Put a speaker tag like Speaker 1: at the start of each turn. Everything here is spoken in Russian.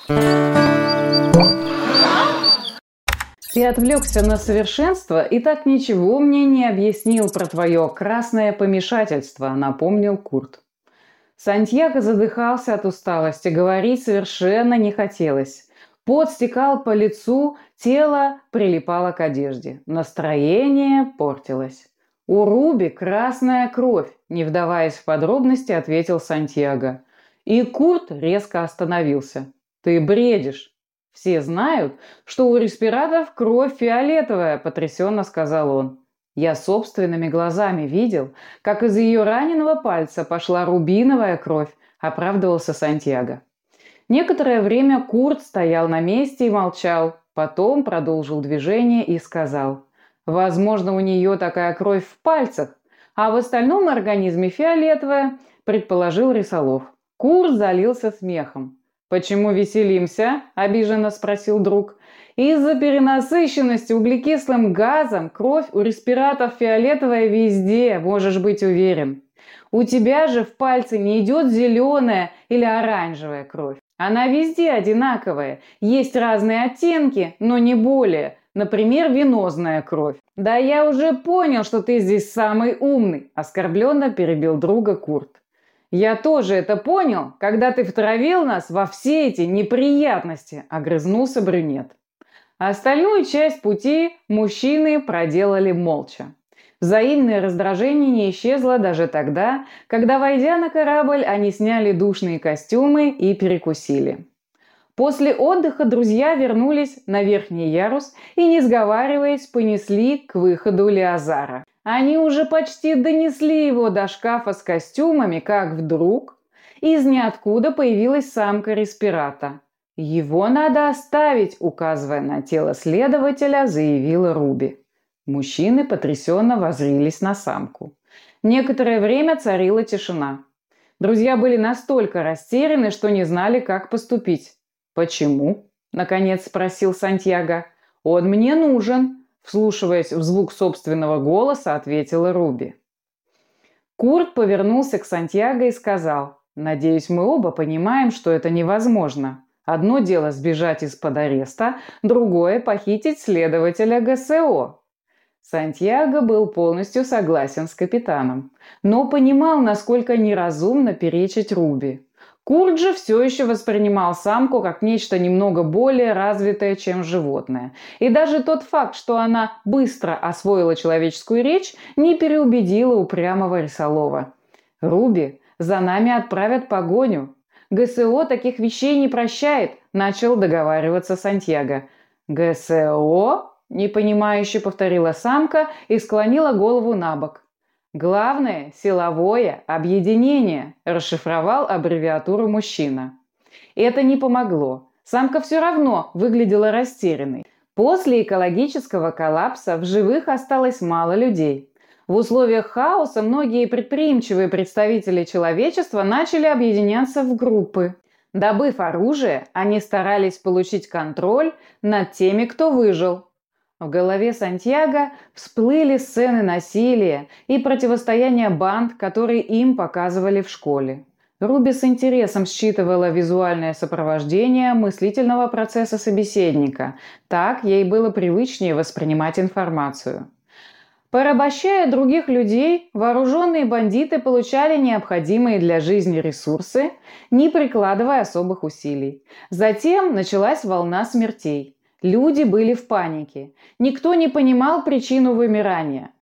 Speaker 1: Ты отвлекся на совершенство и так ничего мне не объяснил про твое красное помешательство, напомнил Курт. Сантьяго задыхался от усталости, говорить совершенно не хотелось. Пот стекал по лицу, тело прилипало к одежде. Настроение портилось. «У Руби красная кровь», – не вдаваясь в подробности, ответил Сантьяго. И Курт резко остановился. «Ты бредишь. Все знают, что у респираторов кровь фиолетовая», – потрясенно сказал он. «Я собственными глазами видел, как из ее раненого пальца пошла рубиновая кровь», – оправдывался Сантьяго. Некоторое время Курт стоял на месте и молчал, потом продолжил движение и сказал: «Возможно, у нее такая кровь в пальцах, а в остальном организме фиолетовая», – предположил Рисолов. Курт залился смехом. «Почему веселимся?» – обиженно спросил друг. «Из-за перенасыщенности углекислым газом кровь у респираторов фиолетовая везде, можешь быть уверен. У тебя же в пальце не идет зеленая или оранжевая кровь. Она везде одинаковая, есть разные оттенки, но не более. Например, венозная кровь». «Да я уже понял, что ты здесь самый умный», – оскорбленно перебил друга Курт. «Я тоже это понял, когда ты втравил нас во все эти неприятности», – огрызнулся брюнет. Остальную часть пути мужчины проделали молча. Взаимное раздражение не исчезло даже тогда, когда, войдя на корабль, они сняли душные костюмы и перекусили. После отдыха друзья вернулись на верхний ярус и, не сговариваясь, понесли к выходу Леозара. Они уже почти донесли его до шкафа с костюмами, как вдруг из ниоткуда появилась самка респирата. «Его надо оставить», – указывая на тело следователя, заявила Руби. Мужчины потрясенно воззрились на самку. Некоторое время царила тишина. Друзья были настолько растеряны, что не знали, как поступить. «Почему?» – наконец спросил Сантьяго. «Он мне нужен», – вслушиваясь в звук собственного голоса, ответила Руби. Курт повернулся к Сантьяго и сказал: «Надеюсь, мы оба понимаем, что это невозможно. Одно дело сбежать из-под ареста, другое – похитить следователя ГСО». Сантьяго был полностью согласен с капитаном, но понимал, насколько неразумно перечить Руби. Курт же все еще воспринимал самку как нечто немного более развитое, чем животное. И даже тот факт, что она быстро освоила человеческую речь, не переубедила упрямого Рисолова. «Руби, за нами отправят погоню. ГСО таких вещей не прощает», – начал договариваться Сантьяго. «ГСО?» – непонимающе повторила самка и склонила голову набок. «Главное – силовое объединение», – расшифровал аббревиатуру мужчина. Это не помогло. Самка все равно выглядела растерянной. После экологического коллапса в живых осталось мало людей. В условиях хаоса многие предприимчивые представители человечества начали объединяться в группы. Добыв оружие, они старались получить контроль над теми, кто выжил. В голове Сантьяго всплыли сцены насилия и противостояния банд, которые им показывали в школе. Руби с интересом считывала визуальное сопровождение мыслительного процесса собеседника. Так ей было привычнее воспринимать информацию. Порабощая других людей, вооруженные бандиты получали необходимые для жизни ресурсы, не прикладывая особых усилий. Затем началась волна смертей. Люди были в панике. Никто не понимал причину вымирания.